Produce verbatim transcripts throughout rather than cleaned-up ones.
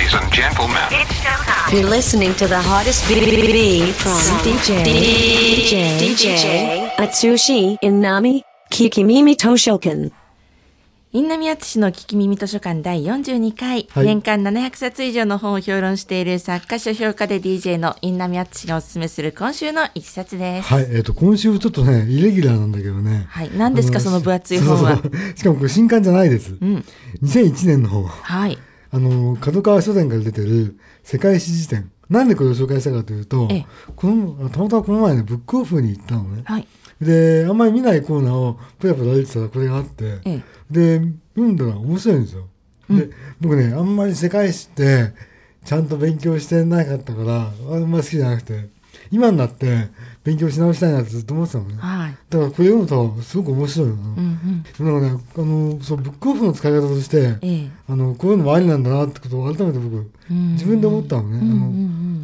Ladies and gentlemen, It's showtime. You're listening to the hottest B B from DJ DJ Atsushi Inami Kikimimi Toshokan。 印南敦の聞き耳図書館だいよんじゅうにかい、 はい、 年間ななひゃくさつ以上の本を評論している作家書評家で ディージェー の印南敦がおすすめする今週の一冊です。 はい、えーと、今週ちょっとねイレギュラーなんだけどね。 はい、何ですかその分厚い本は。 そうそうそう、しかもこれ新刊じゃないです、うん、にせんいちねんの本、 はい、 あの角川書店から出てる世界史辞典。なんでこれを紹介したかというと、ええ、このたまたまこの前ねブックオフに行ったのね、はい、であんまり見ないコーナーをプラプラ歩いてたらこれがあって、ええ、で読んだら面白いんですよ、うん、で僕ねあんまり世界史ってちゃんと勉強してなかったからあんまり好きじゃなくて、今になって勉強し直したいなってずっと思ってたのね、はい、だからこれ読むとすごく面白いの、うんうん、だからねあのそうブックオフの使い方として、ええ、あのこういうのもありなんだなってことを改めて僕、うん、自分で思ったのね、うんうん、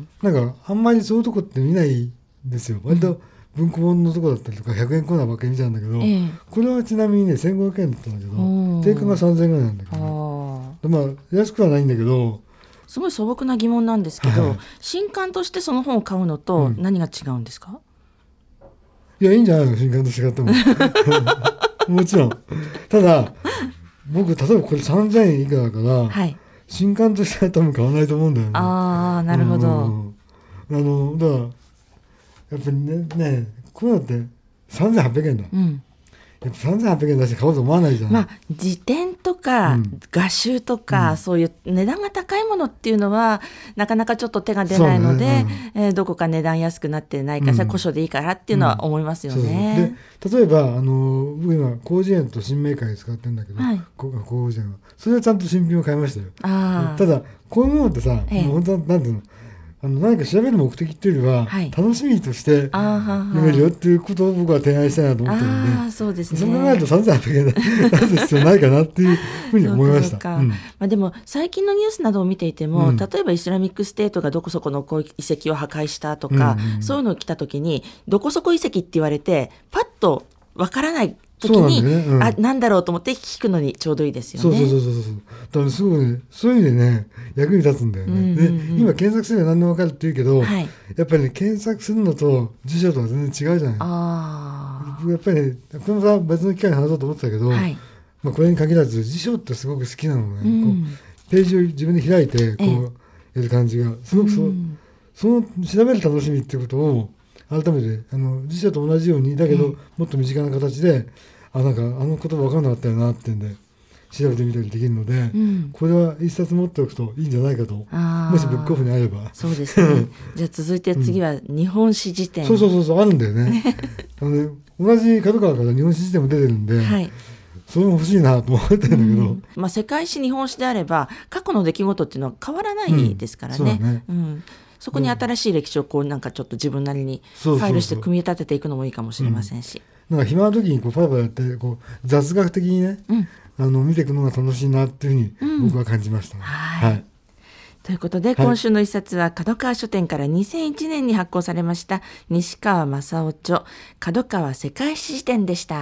あのなんかあんまりそういうとこって見ないんですよ。割と文庫本のとこだったりとかひゃくえんコーナーばっかり見ちゃうんだけど、ええ、これはちなみにねせんごひゃくえんだったんだけど定価がさんぜんえんぐらいなんだけど、ね、まあ安くはないんだけど、 すごい素朴な疑問なんですけど、はい、新刊としてその本を買うのと何が違うんですか？ うん、いやいいんじゃないの新刊と違ってももちろん。ただ僕例えばこれさんぜんえん以下だから、はい、新刊としては多分買わないと思うんだよね。 ああなるほど、うん、 あのだからやっぱり ね, ねこういうのってさんぜんはっぴゃくえんだ、うん、やっぱさんぜんはっぴゃくえん出して買おうと思わないじゃん。 まあ辞典とか、うん、画集とか、うん、そういう値段が高いものっていうのはなかなかちょっと手が出ないので、ね、うんえー、どこか値段安くなってないか、うん、古書でいいからっていうのは思いますよね、 うん、で例えばあの僕今広辞苑と新明会使ってるんだけど、はい、広辞苑はそれはちゃんと新品を買いましたよ。あただこういうものってさ、ええ、もう本当なんていうのあの何か調べる目的っていうよりは、はい、楽しみとして読めるよっていうことを僕は提案したいなと思ってるんで、あそうですね、そう考えるとさんぜんはっぴゃくえん出す必要ないかなっていうふうに思いました。うんまあ、でも最近のニュースなどを見ていても、うん、例えばイスラミックステートがどこそこの遺跡を破壊したとか、うんうん、そういうのを来た時にどこそこ遺跡って言われてパッとわからない時になん、ねうん、あなんだろうと思って聞くのにちょうどいいですよね。 そうそうそうそうそう。だからすごくねそういう意味でね役に立つんだよね。うんうんうん、で今検索すれば何でも分かるって言うけど、はい、やっぱりね検索するのと辞書とは全然違うじゃない。あやっぱりねこれもさ別の機会に話そうと思ってたけど、はいまあ、これに限らず辞書ってすごく好きなのね、うん、こうページを自分で開いてこうやる感じがすごくそ、うん、その調べる楽しみっていうことを改めてあの辞書と同じようにだけど、うん、もっと身近な形であなんかあの言葉分かんなかったよなってんで調べてみたりできるので、うん、これは一冊持っておくといいんじゃないかと。もしブックオフにあれば。 そうですねじゃあ続いて次は日本史辞典、 うん、そうそうそうそうあるんだよねあのね同じ角川から日本史辞典も出てるんで、はい、それも欲しいなと思ってるんだけど、うんまあ、世界史日本史であれば過去の出来事っていうのは変わらないですからね、うん、そうだね、うんそこに新しい歴史をこうなんかちょっと自分なりにファイルして組み立てていくのもいいかもしれませんし、 うん、なんか暇な時にこうパラパラやってこう雑学的にね、うん、あの見ていくのが楽しいなっていうふうに僕は感じました、ねうんはい、はいということで今週の一冊は角川書店からにせんいちねんに発行されました西川正夫著角川世界史辞典でした。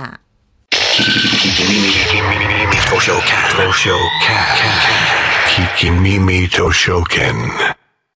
Kikimimi Toshoken